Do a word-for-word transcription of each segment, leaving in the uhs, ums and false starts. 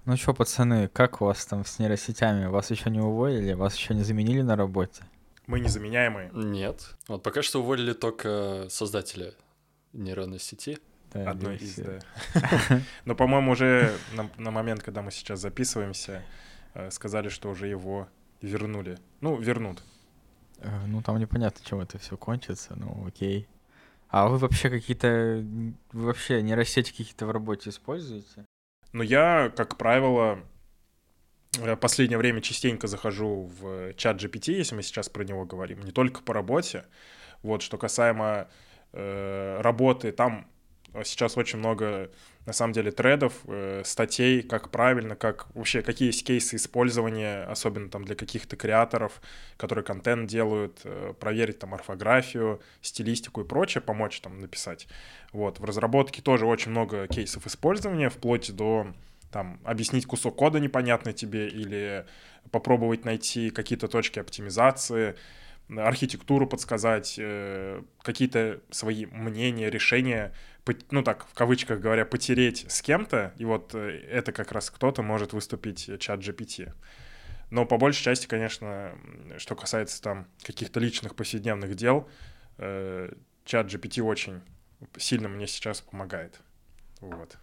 Ну что, пацаны, как у вас там с нейросетями? Вас еще не уволили? Вас еще не заменили на работе? Мы незаменяемые. Нет. Вот пока что уволили только создателя нейронной сети. Да, Одной из, версия. да. Но, по-моему, уже на, на момент, когда мы сейчас записываемся, э, сказали, что уже его вернули. Ну, вернут. Э, Ну, там непонятно, чем это все кончится, ну, окей. А вы вообще какие-то... м, Вы вообще нейросети какие-то в работе используете? Но я, как правило, э, последнее время частенько захожу в чат джи пи ти, если мы сейчас про него говорим, не только по работе. Вот, что касаемо э, работы, там сейчас очень много, на самом деле, тредов, э, статей, как правильно, как вообще, какие есть кейсы использования, особенно там для каких-то креаторов, которые контент делают, э, проверить там орфографию, стилистику и прочее, помочь там написать. Вот, в разработке тоже очень много кейсов использования, вплоть до там объяснить кусок кода непонятный тебе или попробовать найти какие-то точки оптимизации, архитектуру подсказать, э, какие-то свои мнения, решения, ну так, в кавычках говоря, потереть с кем-то, и вот э, это как раз кто-то может выступить чат джи пи ти. Но по большей части, конечно, что касается там каких-то личных повседневных дел, э, чат джи пи ти очень сильно мне сейчас помогает. Вот.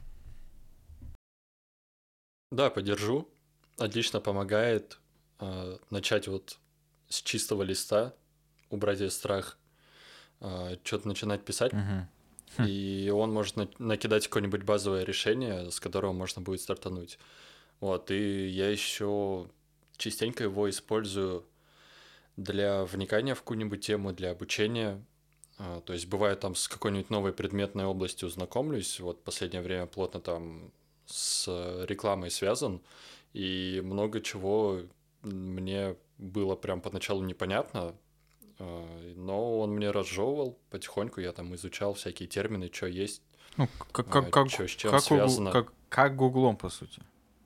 Да, поддержу. Отлично помогает э, начать вот с чистого листа, убрать весь страх, э, что-то начинать писать, Угу. и он может на- накидать какое-нибудь базовое решение, с которого можно будет стартануть. Вот, и я еще частенько его использую для вникания в какую-нибудь тему, для обучения. А, То есть бывает там с какой-нибудь новой предметной областью знакомлюсь, вот в последнее время плотно там с рекламой связан, и много чего мне было прям поначалу непонятно, а, но он мне разжевывал потихоньку, я там изучал всякие термины, что есть, Ну, как, как, как, что с чем как, Гугл- связано. как, как Гуглом, по сути.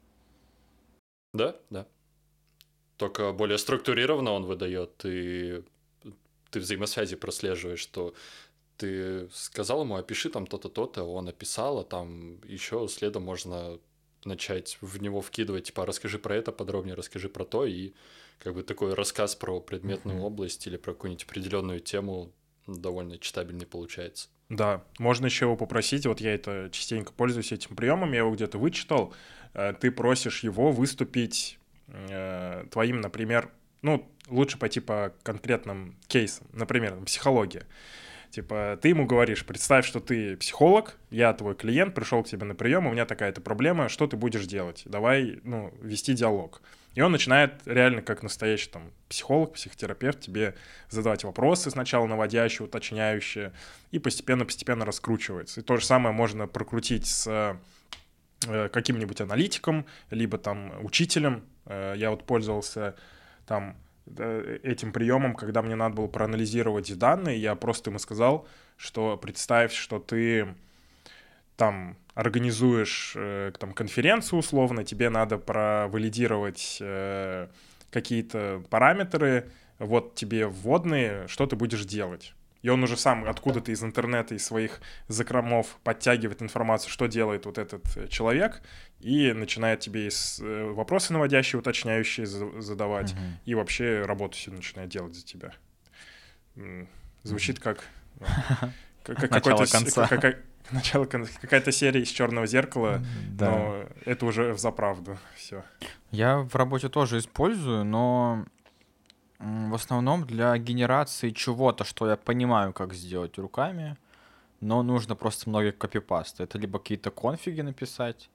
Да, да. Только более структурированно он выдает, и ты взаимосвязи прослеживаешь, что ты сказал ему, опиши там то-то, то-то, он описал, а там еще следом можно начать в него вкидывать, типа, расскажи про это подробнее, расскажи про то, и как бы такой рассказ про предметную Мгм. область или про какую-нибудь определенную тему довольно читабельный получается. Да, можно еще его попросить, вот я это частенько пользуюсь этим приемом, я его где-то вычитал, э, ты просишь его выступить э, твоим, например, ну, лучше пойти по конкретным кейсам, например, там, психология. Типа, ты ему говоришь, представь, что ты психолог, я твой клиент, пришел к тебе на прием, у меня такая-то проблема, что ты будешь делать? Давай, ну, вести диалог. И он начинает реально как настоящий там психолог, психотерапевт тебе задавать вопросы, сначала наводящие, уточняющие, и постепенно-постепенно раскручивается. И то же самое можно прокрутить с э, каким-нибудь аналитиком, либо там учителем. Э, я вот пользовался там э, этим приемом, когда мне надо было проанализировать данные, я просто ему сказал, что представь, что ты там организуешь э, там конференцию условно, тебе надо провалидировать э, какие-то параметры, вот тебе вводные, что ты будешь делать. И он уже сам откуда-то из интернета, из своих закромов подтягивает информацию, что делает вот этот э, человек, и начинает тебе из, э, вопросы наводящие, уточняющие за- задавать, Мгм. и вообще работу все начинает делать за тебя. М, Мгм. Звучит как ну, как- какой-то Начало с- конца. как- как- начало кон- какая-то серия из Черного зеркала, Да. но это уже взаправду все. Я в работе тоже использую, но м, в основном для генерации чего-то, что я понимаю, как сделать руками, но нужно просто много копипаста. Это либо какие-то конфиги написать,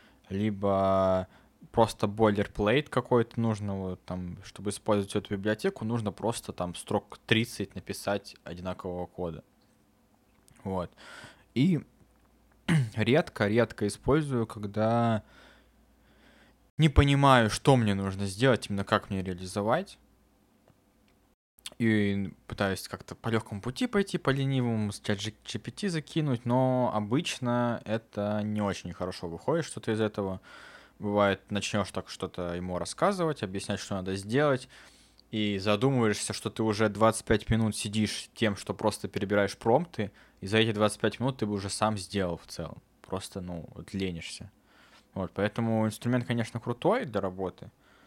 либо просто бойлерплейт какой-то нужно, вот, там, чтобы использовать эту библиотеку, нужно просто там строк тридцать написать одинакового кода. Вот. И редко-редко использую, когда не понимаю, что мне нужно сделать, именно как мне реализовать. И пытаюсь как-то по легкому пути пойти, по ленивому, с чат джи пи ти закинуть, но обычно это не очень хорошо выходит что-то из этого. Бывает, начнешь так что-то ему рассказывать, объяснять, что надо сделать, и задумываешься, что ты уже двадцать пять минут сидишь тем, что просто перебираешь промпты, и за эти двадцать пять минут ты бы уже сам сделал в целом. Просто, ну, вот ленишься. Вот, поэтому инструмент, конечно, крутой для работы,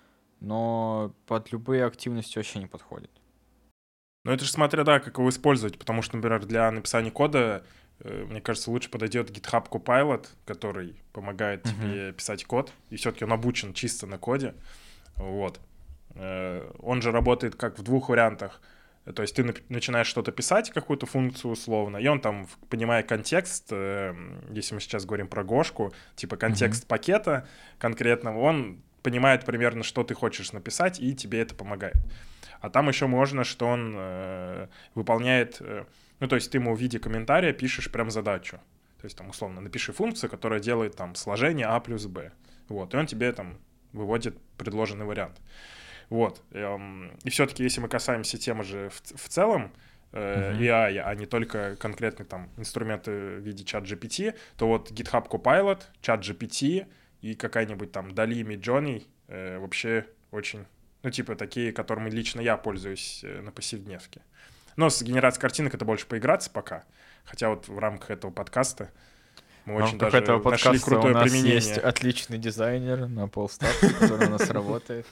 но под любые активности вообще не подходит. Ну, это же смотря, да, как его использовать, потому что, например, для написания кода, э, мне кажется, лучше подойдет GitHub Copilot, который помогает Мгм. тебе писать код, и все-таки он обучен чисто на коде, вот. Э, Он же работает как в двух вариантах. То есть ты нап- начинаешь что-то писать, какую-то функцию условно, и он там, в- понимая контекст, э, если мы сейчас говорим про Гошку, типа контекст пакета конкретного, он понимает примерно, что ты хочешь написать, и тебе это помогает. А там еще можно, что он э, выполняет, э, ну, то есть ты ему в виде комментария пишешь прям задачу. То есть там, условно, напиши функцию, которая делает там сложение а плюс b. Вот, и он тебе там выводит предложенный вариант. Вот. эм, И все-таки, если мы касаемся темы же в, ц- в целом, э, Мгм. эй ай, а не только конкретные там инструменты в виде чат джи пи ти, то вот GitHub Copilot, чат джи пи ти и какая-нибудь там Dall-E, Midjourney э, вообще очень, ну, типа такие, которыми лично я пользуюсь э, на повседневке. Но с генерацией картинок это больше поиграться пока. Хотя вот в рамках этого подкаста мы В очень рамках даже этого нашли подкаста у крутое нас есть применение. отличный дизайнер на полставки, который у нас работает.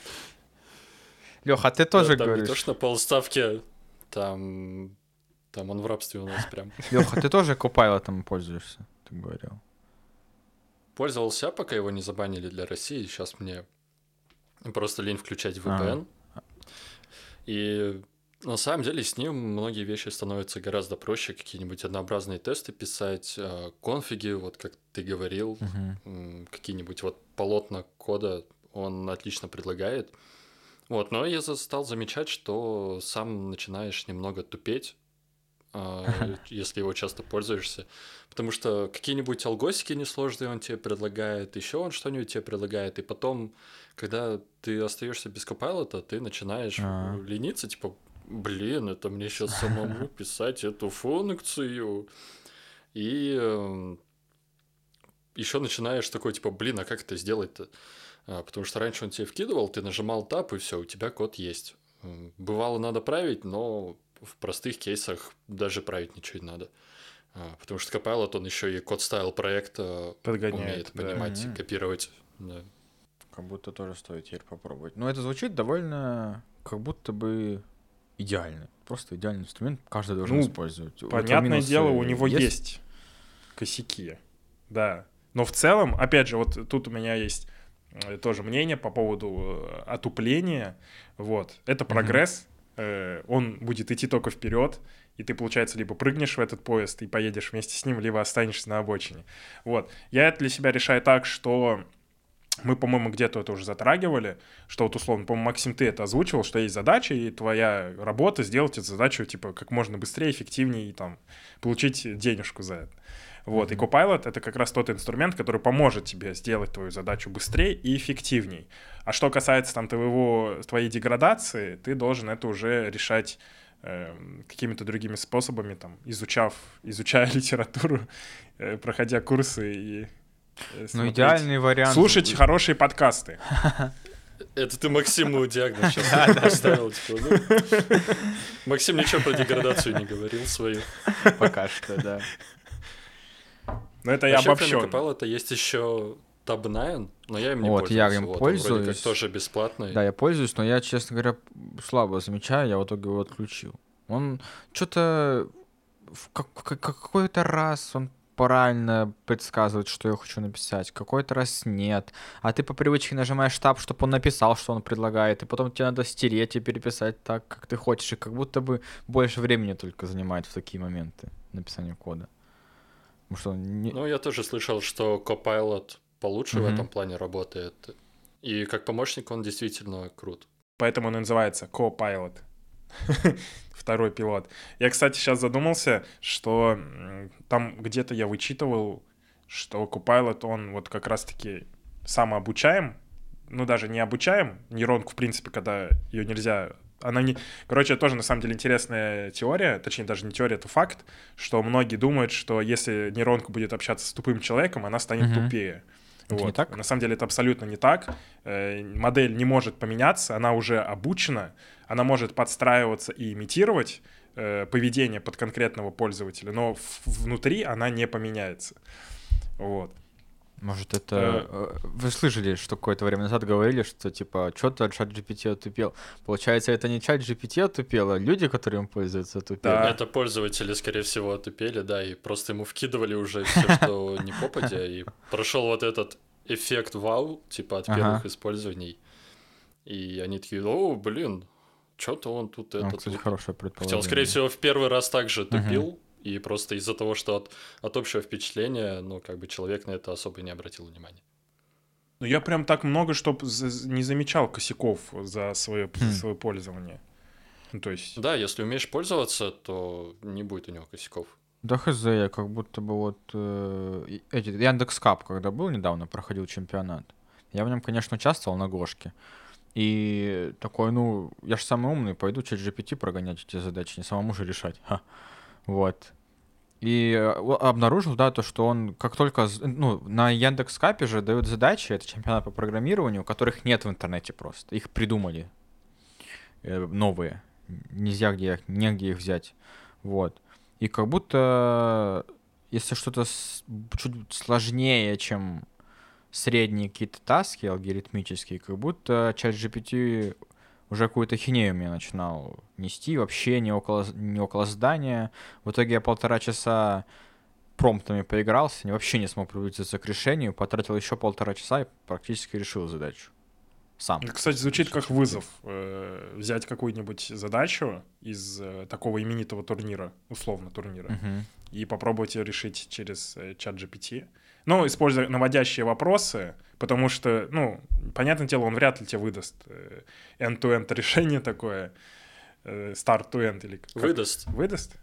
Леха, а ты тоже Да, там не то, говоришь... что на полставки, там, там он в рабстве у нас прям. Леха, ты тоже Copilot'ом пользуешься, ты говорил. Пользовался, пока его не забанили для России. Сейчас мне просто лень включать ви пи эн. И на самом деле с ним многие вещи становятся гораздо проще. Какие-нибудь однообразные тесты писать, э, конфиги, вот как ты говорил, Мгм. м, какие-нибудь вот полотна кода он отлично предлагает. Вот, но я за- стал замечать, что сам начинаешь немного тупеть, а, если его часто пользуешься. Потому что какие-нибудь алгосики несложные он тебе предлагает, еще он что-нибудь тебе предлагает, и потом, когда ты остаешься без Copilot, ты начинаешь А. э, лениться, типа, блин, это мне сейчас самому писать эту функцию. И еще начинаешь такой, типа, блин, а как это сделать-то? А, Потому что раньше он тебе вкидывал, ты нажимал тап, и все, у тебя код есть. М, Бывало, надо править, но в простых кейсах даже править ничего не надо. А, Потому что Copilot, он еще и код-стайл проекта Подгоняет, умеет да. понимать и Мгм. копировать. Да. Как будто тоже стоит теперь попробовать. Но это звучит довольно как будто бы идеально. Просто идеальный инструмент каждый должен Ну, использовать. У этого Понятное минусы дело, у него есть косяки, да. Но в целом, опять же, вот тут у меня есть э, тоже мнение по поводу э, отупления. Вот. Это Мгм. прогресс. э, Он будет идти только вперед, и ты, получается, либо прыгнешь в этот поезд и поедешь вместе с ним, либо останешься на обочине. Вот. Я это для себя решаю так, что мы, по-моему, где-то это уже затрагивали, что вот условно, по-моему, Максим, ты это озвучивал, что есть задача, и твоя работа сделать эту задачу, типа, как можно быстрее, эффективнее, и там, получить денежку за это. Вот, и Мгм. Copilot — это как раз тот инструмент, который поможет тебе сделать твою задачу быстрее и эффективней. А что касается там твоего, твоей деградации, ты должен это уже решать эм, какими-то другими способами, там, изучав, изучая литературу, э, проходя курсы и э, Ну, смотреть. идеальный вариант... Слушать хорошие подкасты. Это ты Максиму диагноз сейчас поставил. Типа, ну, Максим ничего про деградацию не говорил свою. Пока что, да. Но это я Вообще, кроме обобщен. Copilot, есть еще Tab найн, но я им не Вот, я пользовался. им Вот, он вроде как пользуюсь. тоже бесплатный. Да, я пользуюсь, но я, честно говоря, слабо замечаю, я в итоге его отключил. Он что-то в как- как- какой-то раз он правильно предсказывает, что я хочу написать, какой-то раз нет. А ты по привычке нажимаешь таб, чтобы он написал, что он предлагает, и потом тебе надо стереть и переписать так, как ты хочешь, и как будто бы больше времени только занимает в такие моменты написания кода. Потому что он не... Ну, я тоже слышал, что Copilot получше в Мгм. этом плане работает. И как помощник он действительно крут. Поэтому он и называется Copilot. Второй пилот. Я, кстати, сейчас задумался, что м, там где-то я вычитывал, что Copilot, он вот как раз-таки самообучаем, ну даже не обучаем нейронку, в принципе, когда ее нельзя... Она не... Короче, тоже на самом деле интересная теория, точнее даже не теория, это факт, что многие думают, что если нейронка будет общаться с тупым человеком, она станет Мгм. тупее. Это не Вот. так? На самом деле это абсолютно не так. Э, Модель не может поменяться, она уже обучена, она может подстраиваться и имитировать э, поведение под конкретного пользователя, но в- внутри она не поменяется. Вот. Может, это... э, Вы слышали, что какое-то время назад говорили, что, типа, что-то чат джи пи ти отупел. Получается, это не чат джи пи ти отупел, а люди, которые им пользуются, отупели. Да. Это пользователи, скорее всего, отупели, да, и просто ему вкидывали уже все, что не попадя, и прошел вот этот эффект вау, типа, от первых Ага. использований. И они такие, о, блин, что-то он тут Ну, это кстати, тут. хорошее Хотя предположение. он, скорее всего, в первый раз также Мгм. тупил, и просто из-за того, что от, от общего впечатления, ну, как бы человек на это особо не обратил внимания. Ну, я прям так много, чтоб за- не замечал косяков за свое, за Хм. свое пользование. Ну, то есть... Да, если умеешь пользоваться, то не будет у него косяков. Да хз, я как будто бы вот... э, и- эти, Яндекс.Кап, когда был недавно, проходил чемпионат. Я в нем, конечно, участвовал на Гошке. И такой, ну, я же самый умный, пойду чат джи пи ти прогонять эти задачи, не самому же решать. Ха. Вот. И э, о- обнаружил, да, то, что он как только, з- ну, на Яндекс.Капе же дают задачи, это чемпионат по программированию, которых нет в интернете просто. Их придумали э, новые. Нельзя где их, негде их взять. Вот. И как будто, если что-то с- чуть сложнее, чем средние какие-то таски алгоритмические, как будто чат джи пи ти уже какую-то хинею мне начинал нести, вообще не около, не около здания. В итоге я полтора часа промптами поигрался, вообще не смог приблизиться к решению, потратил еще полтора часа и практически решил задачу. Сам. Это, кстати, звучит как вызов. э, Взять какую-нибудь задачу из э, такого именитого турнира, условно турнира, Мгм. и попробовать ее решить через э, чат джи пи ти. Ну, используя наводящие вопросы, потому что, ну, понятное дело, он вряд ли тебе выдаст э, end-to-end решение такое, э, start-to-end или как? Выдаст. Выдаст?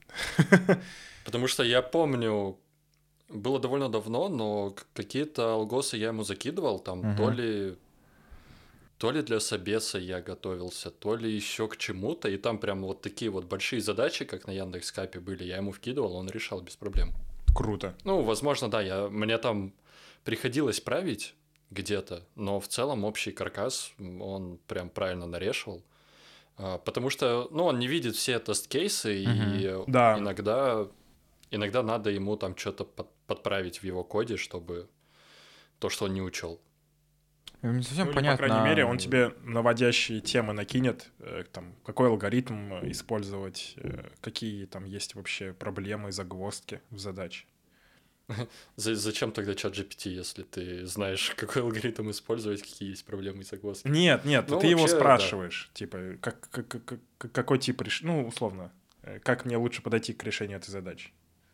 Потому что я помню, было довольно давно, но к- какие-то алгосы я ему закидывал, там Мгм. то ли то ли для собеса я готовился, то ли еще к чему-то, и там прям вот такие вот большие задачи, как на Яндекс.Капе были, я ему вкидывал, он решал без проблем. Круто. Ну, возможно, да, я, мне там приходилось править где-то, но в целом общий каркас м, он прям правильно нарешивал. А, Потому что, ну, он не видит все тест-кейсы, и Да. иногда, иногда надо ему там что-то под- подправить в его коде, чтобы то, что он не учел. Не совсем Ну, или, понятно. по крайней мере, он тебе наводящие темы накинет, э, там, какой алгоритм э, использовать, э, какие там есть вообще проблемы, загвоздки в задаче. За- Зачем тогда чат джи пи ти, если ты знаешь, какой алгоритм использовать, какие есть проблемы и загвоздки? Нет, нет, Ну, ты его вообще, да. спрашиваешь, типа, как, как, как- как- какой тип решения, ну, условно, э, как мне лучше подойти к решению этой задачи.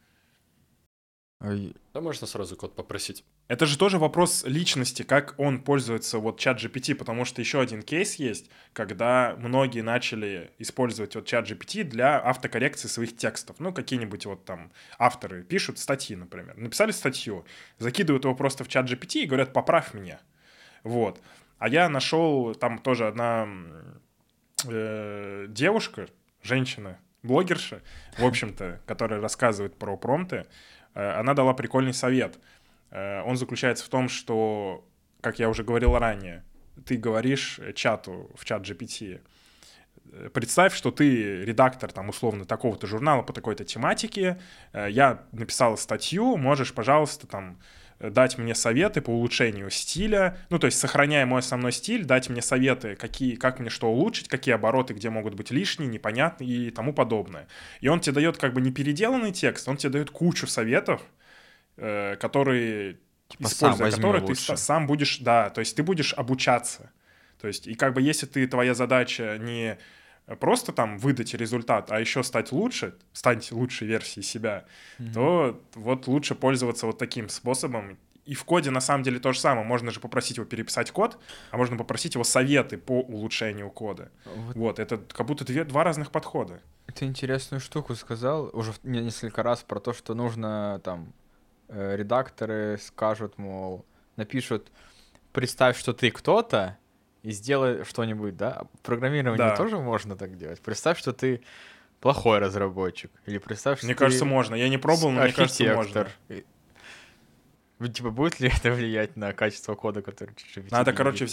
Ай, Да, можно сразу код попросить. Это же тоже вопрос личности, как он пользуется вот чат джи пи ти, потому что еще один кейс есть, когда многие начали использовать вот чат джи пи ти для автокоррекции своих текстов. Ну, какие-нибудь вот там авторы пишут статьи, например. Написали статью, закидывают его просто в чат джи пи ти и говорят, поправь меня. Вот. А я нашел, там тоже одна м, э, девушка, женщина, блогерша, в общем-то, которая рассказывает про промпты, э, она дала прикольный совет. Э, Он заключается в том, что, как я уже говорил ранее, ты говоришь чату в чат джи пи ти, э, представь, что ты редактор там условно такого-то журнала по такой-то тематике, э, я написала статью, можешь, пожалуйста, там э, дать мне советы по улучшению стиля, ну, то есть, сохраняя мой основной стиль, дать мне советы, какие, как мне что улучшить, какие обороты, где могут быть лишние, непонятные и тому подобное. И он тебе дает как бы не переделанный текст, он тебе дает кучу советов, э, которые, Типа, сам используя возьми которые ты лучше. са- сам будешь, да, то есть ты будешь обучаться. То есть, и как бы если ты, твоя задача не просто там выдать результат, а еще стать лучше, стать лучшей версией себя, Мгм. то вот лучше пользоваться вот таким способом. И в коде на самом деле то же самое. Можно же попросить его переписать код, а можно попросить его советы по улучшению кода. Вот Вот, это как будто две, два разных подхода. ты интересную штуку сказал уже в- не- несколько раз про то, что нужно там э, редакторы скажут, мол, напишут, представь, что ты кто-то и сделай что-нибудь, да? В программировании Да. тоже можно так делать. Представь, что ты плохой разработчик. Или представь, что Мне ты кажется, можно. Я не пробовал, но мне кажется, можно. архитектор. И- Ну, Типа, будет ли это влиять на качество кода, который джи пи ти Надо, генерит? короче, взять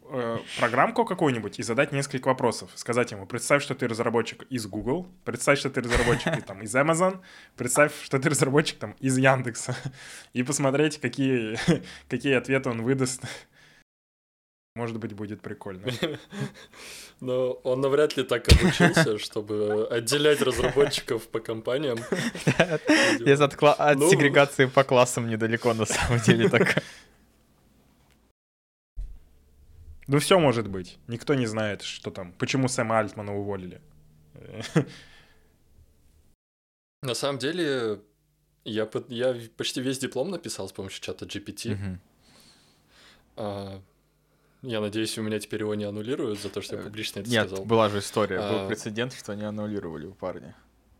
э, программку какую-нибудь и задать несколько вопросов. Сказать ему, представь, что ты разработчик из Google, представь, что ты разработчик там, из Amazon, представь, что ты разработчик там, из Яндекса. И посмотреть, какие, какие ответы он выдаст. Может быть, будет прикольно. Но он навряд ли так обучился, чтобы отделять разработчиков по компаниям. Из от сегрегации по классам недалеко, на самом деле, так. Ну, все может быть. Никто не знает, что там, почему Сэма Альтмана уволили. На самом деле, я, я почти весь диплом написал с помощью чата джи пи ти. Мгм. А, я надеюсь, у меня теперь его не аннулируют за то, что я публично это Нет, сказал. была же история, был А. прецедент, что они аннулировали у парня.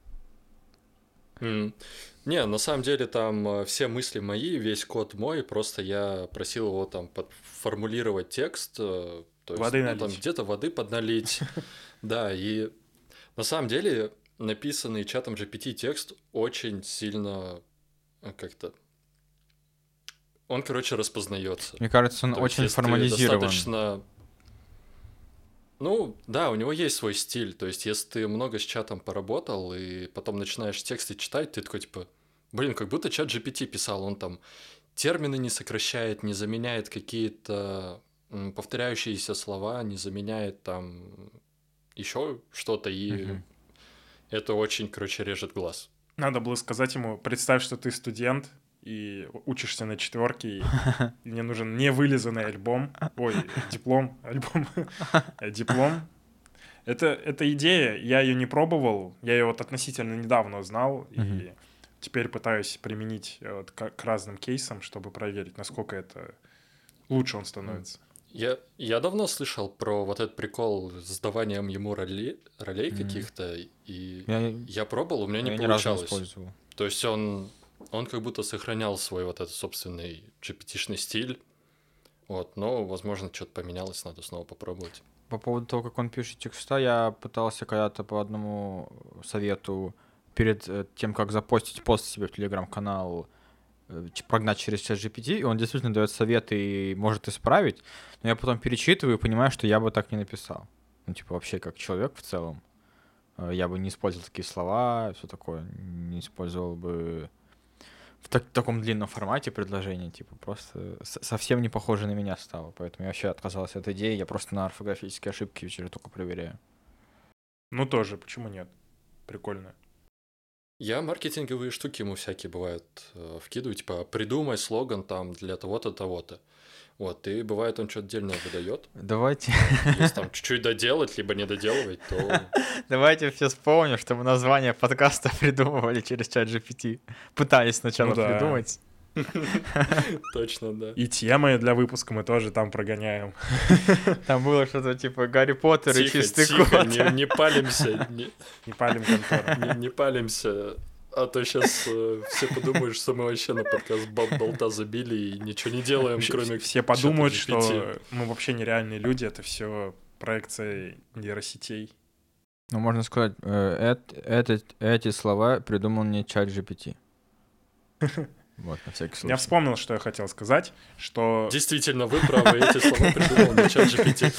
М. Не, на самом деле там э, все мысли мои, весь код мой, просто я просил его там подформулировать текст, э, то есть Воды ну, там налить. где-то воды подналить. Да, и на самом деле написанный чатом джи пи ти текст очень сильно э, как-то... Он, короче, распознается. Мне кажется, он То есть, очень если ты формализирован. достаточно... Ну, да, у него есть свой стиль. То есть, если ты много с чатом поработал, и потом начинаешь тексты читать, ты такой, типа, блин, как будто чат джи пи ти писал. Он там термины не сокращает, не заменяет какие-то м, повторяющиеся слова, не заменяет там еще что-то, и Мгм. это очень, короче, режет глаз. Надо было сказать ему, представь, что ты студент и учишься на четверке, и мне нужен невылизанный альбом, ой, диплом, альбом, э, диплом. Это, это идея, я ее не пробовал, я ее вот относительно недавно узнал, и Мгм. теперь пытаюсь применить э, вот к, к разным кейсам, чтобы проверить, насколько это лучше он становится. Я, я давно слышал про вот этот прикол с даванием ему ролей, ролей Мгм. каких-то, и Я, я пробовал, у меня не я ни разу не получалось. использовал. То есть он, он как будто сохранял свой вот этот собственный джи пи ти-шный стиль, вот, но, возможно, что-то поменялось, надо снова попробовать. По поводу того, как он пишет текста, я пытался когда-то по одному совету перед э, тем, как запостить пост себе в телеграм-канал, э, ч- прогнать через чат джи пи ти, и он действительно дает советы и может исправить, но я потом перечитываю и понимаю, что я бы так не написал. Ну, типа, вообще, как человек в целом, э, я бы не использовал такие слова, все такое, не использовал бы в так- таком длинном формате предложение, типа, просто с- совсем не похоже на меня стало, поэтому я вообще отказался от идеи, я просто на орфографические ошибки вечер только проверяю. Ну тоже, почему нет? Прикольно. Я маркетинговые штуки ему всякие бывают э, вкидываю, типа, придумай слоган там для того-то, того-то. Вот, и бывает он что-то отдельно выдает. Давайте, Если там чуть-чуть доделать, либо не доделывать, то давайте все вспомним, что мы название подкаста придумывали через чат джи пи ти. Пытались сначала Ну да. придумать. точно, да. И темы для выпуска мы тоже там прогоняем. Там было что-то типа Гарри Поттер и Тихо, чистый тихо, кот. не, не палимся, не, Не палим контору. не, не палимся, а то сейчас все подумают, что мы вообще на подкаст баб болта забили и ничего не делаем, Вообще, кроме все подумают, чата джи пи ти. что мы вообще нереальные люди, это все проекция нейросетей. Ну, можно сказать, э, эт- этот- эти слова придумал не чат джи пи ти. Вот, на всякий Я случай. вспомнил, что я хотел сказать, что... Действительно, вы правы, эти слова придумал не чат джи пи ти.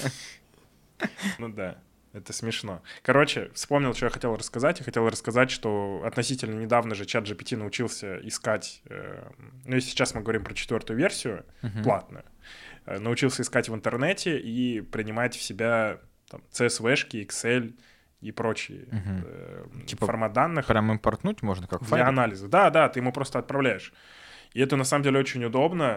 Ну да, это смешно. Короче, вспомнил, что я хотел рассказать. Я хотел рассказать, что относительно недавно же чат джи пи ти научился искать... э, ну, и сейчас мы говорим про четвертую версию, Мгм. платную. Э, научился искать в интернете и принимать в себя там, си эс ви-шки, Excel и прочие Мгм. э, Типа формат данных Прям импортнуть можно, как для файлик? анализа. Да, да, ты ему просто отправляешь. И это на самом деле очень удобно,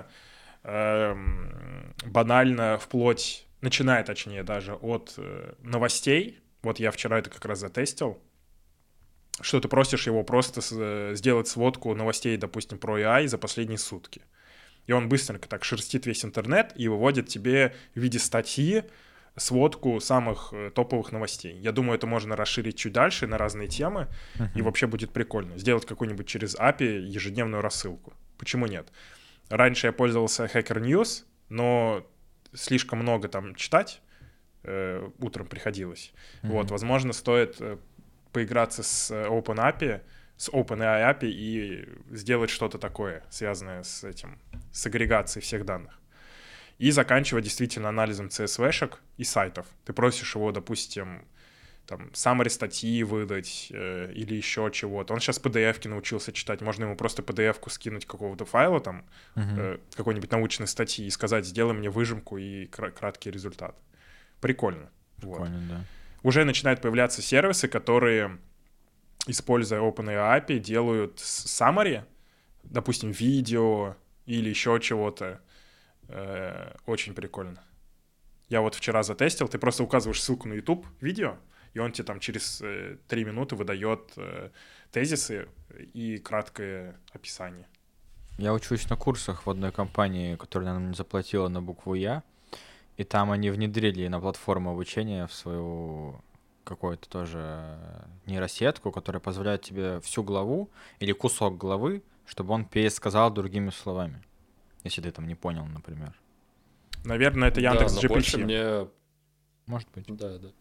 эм, банально, вплоть, начиная, точнее, даже от э, новостей. Вот я вчера это как раз затестил, что ты просишь его просто с- э, сделать сводку новостей, допустим, про эй ай за последние сутки. И он быстренько так шерстит весь интернет и выводит тебе в виде статьи сводку самых э, топовых новостей. Я думаю, это можно расширить чуть дальше на разные темы, и Мгм. вообще будет прикольно. Сделать какую-нибудь через эй пи ай ежедневную рассылку. Почему нет? Раньше я пользовался Hacker News, но слишком много там читать э, утром приходилось. Мгм. Вот, возможно, стоит э, поиграться с э, OpenAPI, с OpenAI эй пи ай и сделать что-то такое, связанное с этим, с агрегацией всех данных. и заканчивая действительно анализом си эс ви-шек и сайтов. Ты просишь его, допустим, там, summary статьи выдать э, или еще чего-то. Он сейчас пи ди эф-ки научился читать. Можно ему просто пи ди эф-ку скинуть какого-то файла, там, uh-huh. э, какой-нибудь научной статьи и сказать, сделай мне выжимку и кр- краткий результат. Прикольно. Прикольно, вот. да. Уже начинают появляться сервисы, которые, используя OpenAI эй пи ай, делают summary, допустим, видео или еще чего-то. Э, очень прикольно. Я вот вчера затестил, ты просто указываешь ссылку на YouTube, видео, и он тебе там через э, три минуты выдает э, тезисы и краткое описание. Я учусь на курсах в одной компании, которая нам заплатила на букву Я, и там они внедрили на платформу обучения в свою какую-то тоже нейросетку, которая позволяет тебе всю главу или кусок главы, чтобы он пересказал другими словами, если ты там не понял, например. Наверное, это Яндекс.Джи пи ти. Да, но больше мне... Может быть. Да, да.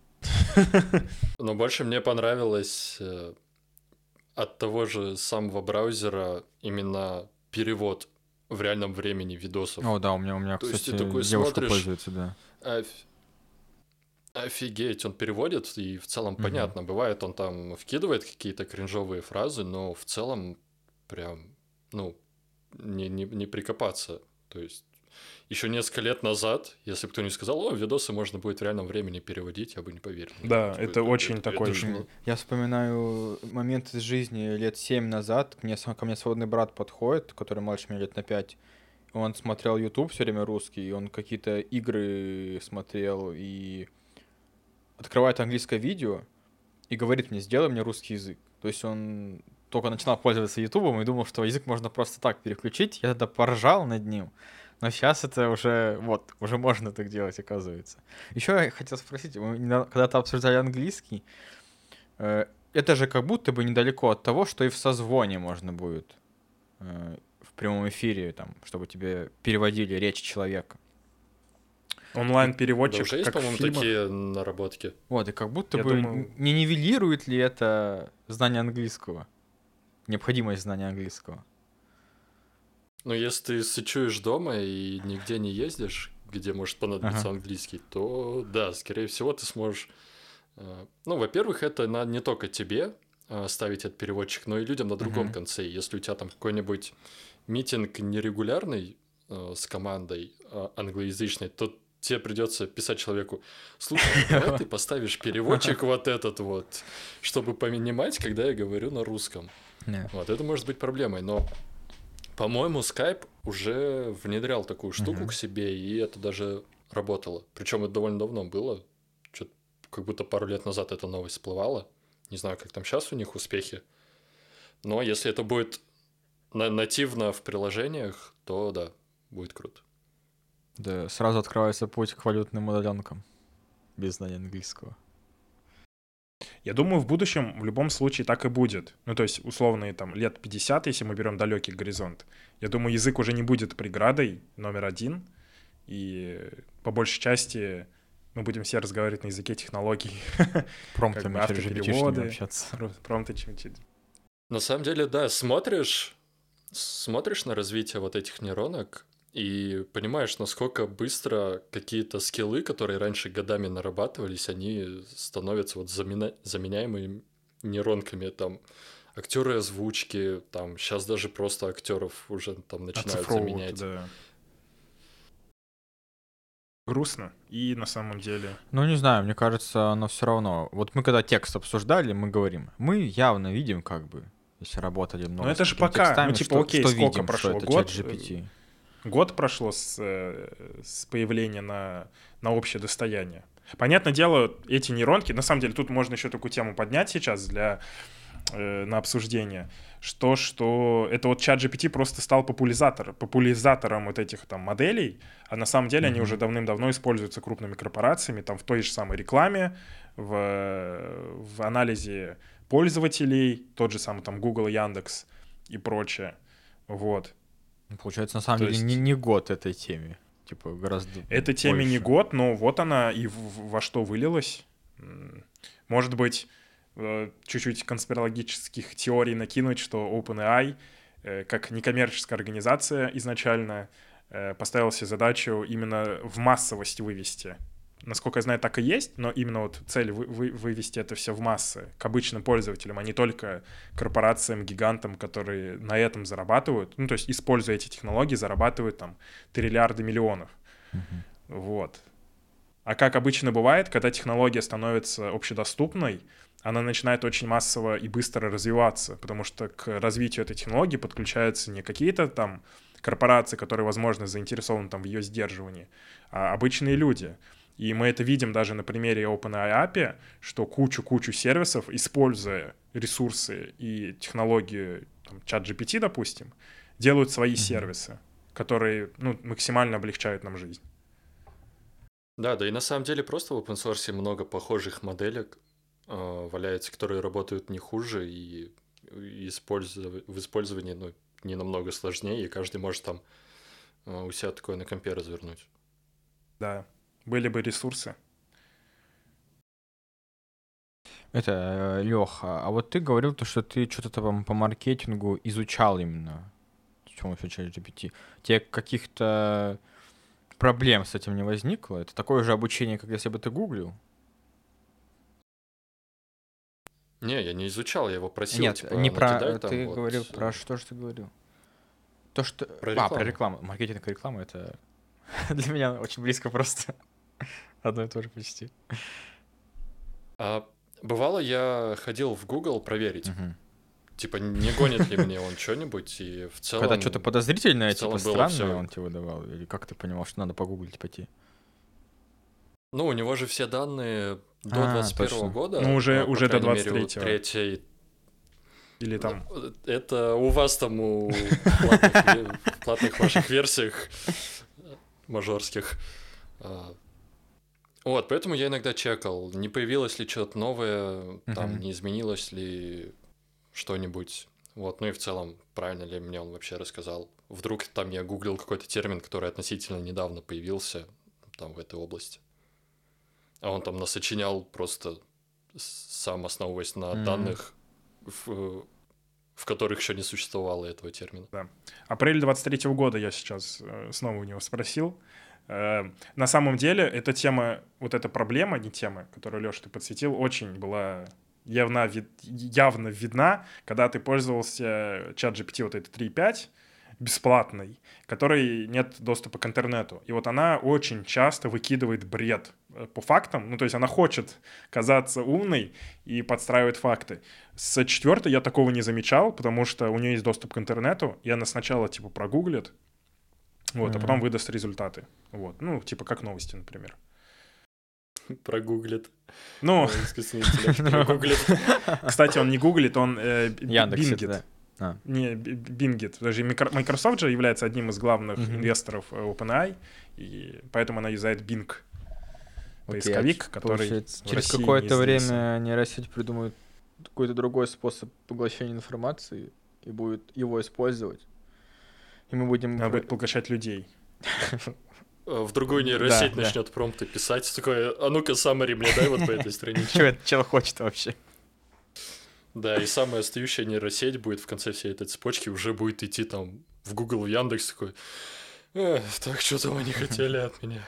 Но больше мне понравилось э, от того же самого браузера именно перевод в реальном времени видосов. О, да, у меня, у меня, То кстати, есть ты такой девушка смотришь, пользуется, да. Оф... Офигеть, он переводит, и в целом понятно. Mm-hmm. Бывает, он там вкидывает какие-то кринжовые фразы, но в целом прям, ну, не, не, не прикопаться. То есть еще несколько лет назад, если бы кто-нибудь сказал, о, видосы можно будет в реальном времени переводить, я бы не поверил. Да, это, это очень это, такой... Это, это... Я вспоминаю момент из жизни лет семь назад. Ко мне, ко мне сводный брат подходит, который младше меня лет на пять. Он смотрел YouTube все время русский, и он какие-то игры смотрел, и открывает английское видео и говорит мне, сделай мне русский язык. То есть он только начинал пользоваться YouTube и думал, что язык можно просто так переключить. Я тогда поржал над ним. Но сейчас это уже, вот, уже можно так делать, оказывается. Еще я хотел спросить, мы когда-то обсуждали английский, э, это же как будто бы недалеко от того, что и в созвоне можно будет э, в прямом эфире, там, чтобы тебе переводили речь человека. Онлайн-переводчик, да, уже есть, как по-моему, в фильмах. такие наработки. Вот, и как будто я бы думаю... не нивелирует ли это знание английского, необходимость знания английского. Ну, если ты сычуешь дома и нигде не ездишь, где может понадобиться ага. английский, то да, скорее всего, ты сможешь... Ну, во-первых, это на не только тебе ставить этот переводчик, но и людям на другом uh-huh. конце. Если у тебя там какой-нибудь митинг нерегулярный э, с командой э, англоязычной, то тебе придется писать человеку, слушай, давай ты поставишь переводчик вот этот вот, чтобы понимать, когда я говорю на русском. Yeah. Вот, это может быть проблемой, но... По-моему, Skype уже внедрял такую штуку uh-huh. к себе, и это даже работало. Причем это довольно давно было. Что-то как будто пару лет назад эта новость всплывала. Не знаю, как там сейчас у них успехи. Но если это будет на- нативно в приложениях, то да, будет круто. Да, сразу открывается путь к валютным удаленкам. Без знания английского. Я думаю, в будущем в любом случае так и будет. Ну, то есть, условные там лет пятьдесят, если мы берем далекий горизонт. Я думаю, язык уже не будет преградой номер один. И по большей части мы будем все разговаривать на языке технологий. Промптами через джи пи ти общаться. Промпты через джи пи ти. На самом деле, да, смотришь, смотришь на развитие вот этих нейронок, и понимаешь, насколько быстро какие-то скиллы, которые раньше годами нарабатывались, они становятся вот замена... заменяемыми нейронками. Там актеры озвучки, там сейчас даже просто актеров уже там начинают заменять. Да. Грустно. И на самом деле... Ну, не знаю, мне кажется, оно все равно... Вот мы когда текст обсуждали, мы говорим, мы явно видим, как бы, если работали много. Ну, это же пока, текстами, ну, типа, что, окей, что сколько видим, прошло? что это Год? чат джи пи ти. Год прошло с, с появления на, на общее достояние. Понятное дело, эти нейронки, на самом деле, тут можно еще такую тему поднять сейчас для, э, на обсуждение, что, что это вот чат джи пи ти просто стал популяризатор, популяризатором вот этих там моделей, а на самом деле mm-hmm. они уже давным-давно используются крупными корпорациями, там в той же самой рекламе, в, в анализе пользователей, тот же самый там Google, Яндекс и прочее, вот. Получается, на самом То деле, есть... не, не год этой теме. Типа, гораздо Этой теме не год, но вот она и в, во что вылилась. Может быть, чуть-чуть конспирологических теорий накинуть, что OpenAI, как некоммерческая организация изначально, э, поставил себе задачу именно в массовость вывести. Насколько я знаю, так и есть, но именно вот цель вы, вы, вывести это все в массы к обычным пользователям, а не только корпорациям, гигантам, которые на этом зарабатывают, ну, то есть, используя эти технологии, зарабатывают там триллиарды миллионов. Мгм. Вот. А как обычно бывает, когда технология становится общедоступной, она начинает очень массово и быстро развиваться, потому что к развитию этой технологии подключаются не какие-то там корпорации, которые, возможно, заинтересованы там в ее сдерживании, а обычные люди. И мы это видим даже на примере OpenAI, что кучу-кучу сервисов, используя ресурсы и технологию там, ChatGPT, допустим, делают свои Мгм. сервисы, которые ну, максимально облегчают нам жизнь. Да, да и на самом деле просто в open source много похожих моделек э, валяется, которые работают не хуже и и использов- в использовании ну, не намного сложнее, и каждый может там э, у себя такое на компе развернуть. Да, были бы ресурсы. Это, Леха, а вот ты говорил то, что ты что-то там по маркетингу изучал именно с помощью ChatGPT. Тебе каких-то проблем с этим не возникло? Это такое же обучение, как если бы ты гуглил? Не, я не изучал, я его просил, Нет, типа, не про... накидай э, там Ты вот говорил про... э, Что же ты говорил? То, что... про А, про рекламу. рекламу. Маркетинг и реклама — это для меня очень близко просто. Одно и то же почти. А бывало, я ходил в Google проверить, Мгм. типа, не гонит ли мне он что-нибудь, и в Когда что-то целом, подозрительное, в типа целом было странное, все. он тебе выдавал? Или как ты понимал, что надо погуглить пойти? Ну, у него же все данные до А, двадцать первого точно. года, Ну, уже, а, по уже до крайней мере, у двадцать третьего. третьей. Или Ну, там... это у вас там у платных, ве- в платных ваших версиях мажорских. А, Вот, поэтому я иногда чекал, не появилось ли что-то новое, там, Мгм. не изменилось ли что-нибудь. Вот, ну и в целом, правильно ли мне он вообще рассказал. Вдруг там я гуглил какой-то термин, который относительно недавно появился там в этой области. А он там насочинял просто с- сам основываясь на М. данных, в, в которых еще не существовало этого термина. Да. Апрель двадцать третьего года я сейчас э, снова у него спросил. Э, на самом деле, эта тема, вот эта проблема, не тема, которую, Леша, ты подсветил, очень была явно, вид- явно видна, когда ты пользовался ChatGPT вот этой три пять бесплатной, которой нет доступа к интернету. И вот она очень часто выкидывает бред э, по фактам. Ну, то есть она хочет казаться умной и подстраивает факты. С четвертой я такого не замечал, потому что у нее есть доступ к интернету, и она сначала, типа, прогуглит, вот, а потом М. выдаст результаты. Вот, ну, типа, как новости, например. Прогуглит. Ну, э, Искусственный интеллект прогуглит. кстати, он не гуглит, он э, би- Яндексе, бингит. да. А. Не, би- бингит. Даже микро- Microsoft же является одним из главных Мгм. инвесторов э, OpenAI, и поэтому она юзает Bing, Окей, а поисковик, ч- который получается, в через России какое-то неизвестен. время нейросеть придумает какой-то другой способ поглощения информации и будет его использовать. И мы будем... Надо про- будет поглощать людей. Э, В другую Да, нейросеть да. начнет промпты писать. Такое, а ну-ка, summary мне дай вот по этой Что страничке. этот чел хочет вообще? Да, и самая остающая нейросеть будет в конце всей этой цепочки, уже будет идти там в Google, в Яндекс такой, «Эх, так что там они хотели от меня».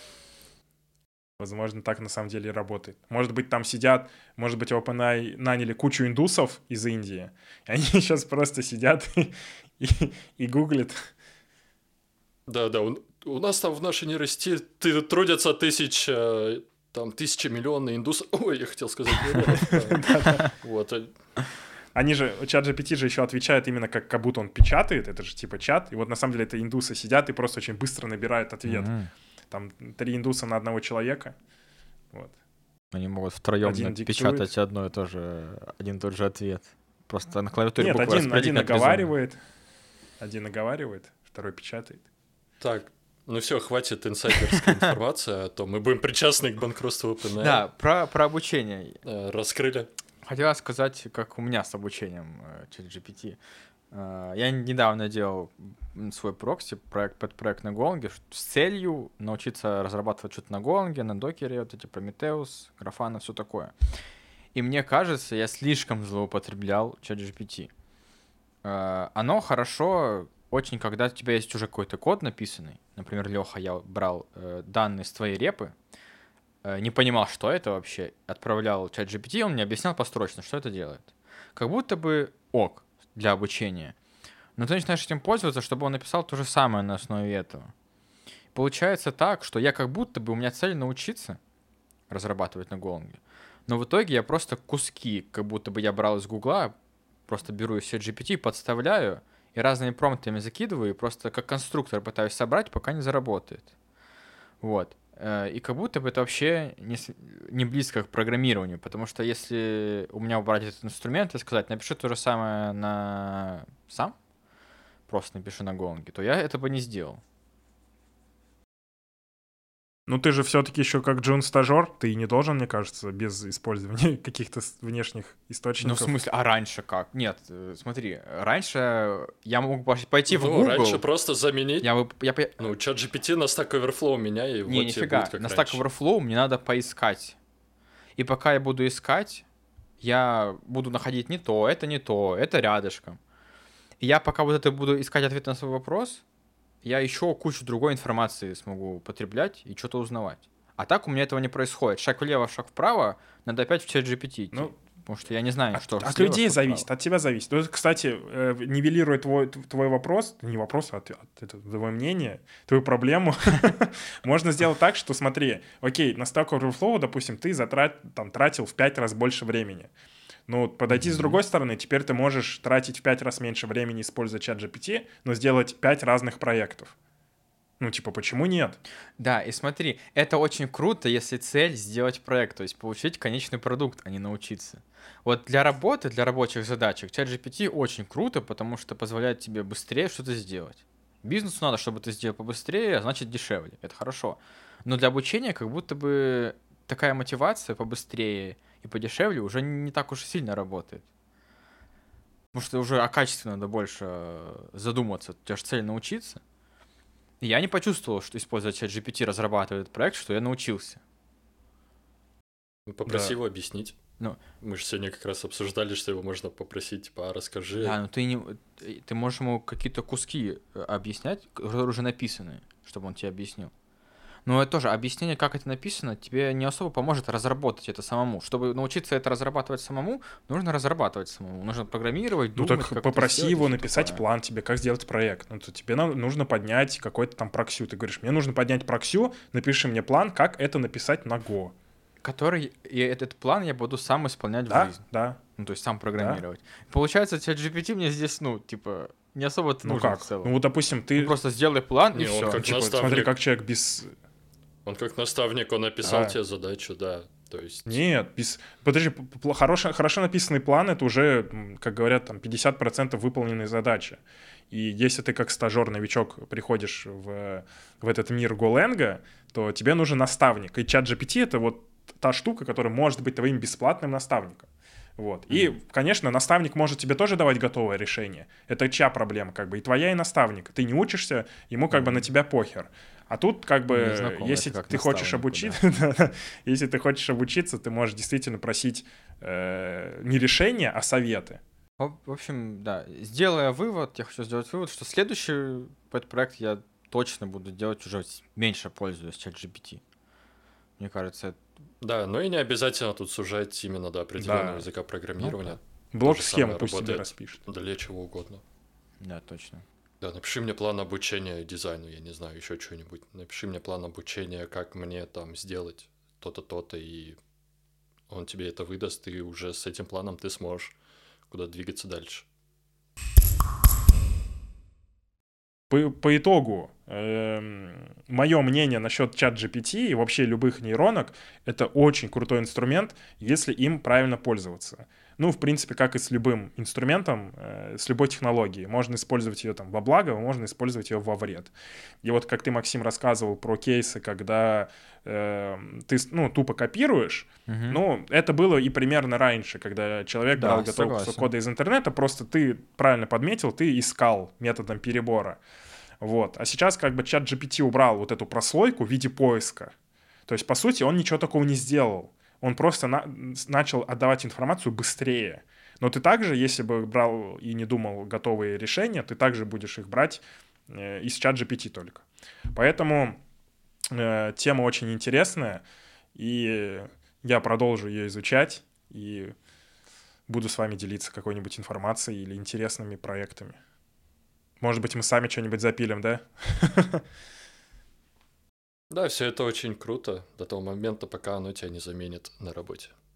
Возможно, так на самом деле и работает. Может быть, там сидят, может быть, OpenAI наняли кучу индусов из Индии, и они сейчас просто сидят и, и, и гуглят. Да-да, у, у нас там в нашей нейросети ты- трудятся тысяча, там, тысяча миллионы индусов. Ой, я хотел сказать миллионов. да. Вот. э, Они же, ChatGPT же еще отвечает именно как, как будто он печатает, это же типа чат, и вот на самом деле это индусы сидят и просто очень быстро набирают ответ. М. Там три индуса на одного человека. Вот. Они могут втроем Один напечатать диктует. одно и то же, один и тот же ответ. Просто на клавиатуре Нет, буквы один, распределить один на три зоны. наговаривает, один наговаривает, второй печатает. Так, ну все, хватит инсайдерской информации, а то мы будем причастны к банкротству OpenAI. Да, про, про обучение. Э, Раскрыли. Хотела сказать, как у меня с обучением э, ChatGPT. Э, Я недавно делал м, свой прокси, проект под проект на Golang, ш- с целью научиться разрабатывать что-то на Golang, на докере, вот эти Prometheus, Grafana, все такое. И мне кажется, я слишком злоупотреблял ChatGPT. Э, Оно хорошо очень, когда у тебя есть уже какой-то код написанный, например, Леха, я брал э, данные с твоей репы, э, не понимал, что это вообще, отправлял чат джи пи ти, он мне объяснял построчно, что это делает. Как будто бы ок для обучения. Но ты начинаешь этим пользоваться, чтобы он написал то же самое на основе этого. Получается так, что я как будто бы, у меня цель научиться разрабатывать на Голанге, но в итоге я просто куски, как будто бы я брал из Гугла, просто беру из чат джи пи ти, подставляю, и разными промптами закидываю, и просто как конструктор пытаюсь собрать, пока не заработает. Вот. Э, И как будто бы это вообще не, с- не близко к программированию, потому что если у меня убрать этот инструмент и сказать, напиши то же самое на сам, просто напиши на Голанге, то я этого не сделал. Ну, ты же все-таки еще как джун-стажер, ты не должен, мне кажется, без использования каких-то с- внешних Ну, в источников. смысле, а раньше как? Нет, э, смотри, раньше я мог пош- пойти в Ну, Google, раньше просто заменить, я бы, я, по- ну, чат джи пи ти на Stack Overflow меняй, и не, вот тебе нифига, будет как на Stack раньше. Overflow мне надо поискать. И пока я буду искать, я буду находить не то, это не то, это рядышком. И я пока вот это буду искать ответ на свой вопрос, я еще кучу другой информации смогу потреблять и что-то узнавать. А так у меня этого не происходит. Шаг влево, шаг вправо, надо опять в чат джи пи ти идти. Ну, Потому что я не знаю, От, что от слева, людей что зависит, вправо. от тебя зависит. Ну, это, кстати, э, нивелирует твой, т- твой вопрос, не вопрос, а от- от- это твое мнение, твою проблему. Можно сделать так, что смотри, окей, на Stack Overflow, допустим, ты затрат, там, тратил в пять раз больше времени. Ну, вот подойти с Мгм. другой стороны, теперь ты можешь тратить в пять раз меньше времени, используя чат джи пи ти, но сделать пять разных проектов. Ну, типа, почему нет? Да, и смотри, это очень круто, если цель сделать проект, то есть получить конечный продукт, а не научиться. Вот для работы, для рабочих задачек чат джи пи ти очень круто, потому что позволяет тебе быстрее что-то сделать. Бизнесу надо, чтобы ты сделал побыстрее, а значит дешевле. Это хорошо. Но для обучения как будто бы такая мотивация побыстрее и подешевле уже не так уж и сильно работает. Потому что уже о качестве надо больше э, задуматься. У тебя же цель научиться. И я не почувствовал, что используя чат джи пи ти разрабатывает проект, что я научился. Ну, Попроси Да. его объяснить. Ну, Мы же сегодня как раз обсуждали, что его можно попросить, типа, а расскажи. да, но ты не, э, ты можешь ему какие-то куски э, объяснять, которые уже написаны, чтобы он тебе объяснил. Но это тоже объяснение, как это написано, тебе не особо поможет разработать это самому. Чтобы научиться это разрабатывать самому, нужно разрабатывать самому. Нужно программировать, Ну думать, так как это попроси сделать и его всё написать такое. план тебе, как сделать проект. Ну, то тебе на- нужно поднять какой-то там проксю. Ты говоришь, мне нужно поднять проксю, напиши мне план, как это написать на Go. Который, и этот план я буду сам исполнять в Да, жизнь. да. Ну, то есть сам программировать. Получается, чат джи пи ти мне здесь, ну, типа, не особо Ну нужен как? в целом. Ну вот, допустим, Ну, ты... просто сделай план Не, и он все. как типа, наставник. смотри, как человек без... Он как наставник, он описал Да. тебе задачу, да. То есть... Нет, без... Подожди, п- п- хорошо, хорошо написанный план — это уже, м, как говорят, там пятьдесят процентов выполненной задачи. И если ты как стажер-новичок приходишь в, в этот мир Голенга, то тебе нужен наставник. И чат джи пи ти — это вот та штука, которая может быть твоим бесплатным наставником. Вот. И, конечно, наставник может тебе тоже давать готовое решение. Это чья проблема, как бы, и твоя, и наставника. Ты не учишься, ему как бы на тебя похер. А тут, как бы, Мне знакомо если это как ты хочешь наставнику, обучиться, если ты хочешь обучиться, ты можешь действительно просить э, не решения, а советы. В в общем, да, сделая вывод, я хочу сделать вывод, что следующий этот проект я точно буду делать уже с- меньше пользуясь чат джи пи ти. Мне кажется, это... Да, но и не обязательно тут сужать именно до определенного Да. языка программирования. Блок-схему самое пусть себе работает. распишет. Для чего угодно. Да, точно. Да, напиши мне план обучения дизайну, я не знаю, еще что-нибудь. Напиши мне план обучения, как мне там сделать то-то, то-то, и он тебе это выдаст, и уже с этим планом ты сможешь куда двигаться дальше. По, по итогу, мое мнение насчет чат джи пи ти и вообще любых нейронок — это очень крутой инструмент, если им правильно пользоваться. Ну, в принципе, как и с любым инструментом, э, с любой технологией. Можно использовать ее там во благо, можно использовать ее во вред. И вот как ты, Максим, рассказывал про кейсы, когда э, ты, ну, тупо копируешь, Мгм. ну, это было и примерно раньше, когда человек Да, брал готовый согласен. кусок кода из интернета, просто ты правильно подметил, ты искал методом перебора. Вот. А сейчас как бы чат джи пи ти убрал вот эту прослойку в виде поиска. То есть, по сути, он ничего такого не сделал. Он просто на- начал отдавать информацию быстрее. Но ты также, если бы брал и не думал готовые решения, ты также будешь их брать э, из чат джи пи ти только. Поэтому э, тема очень интересная, и я продолжу ее изучать, и буду с вами делиться какой-нибудь информацией или интересными проектами. Может быть, мы сами что-нибудь запилим, да? Да, все это очень круто до того момента, пока оно тебя не заменит на работе.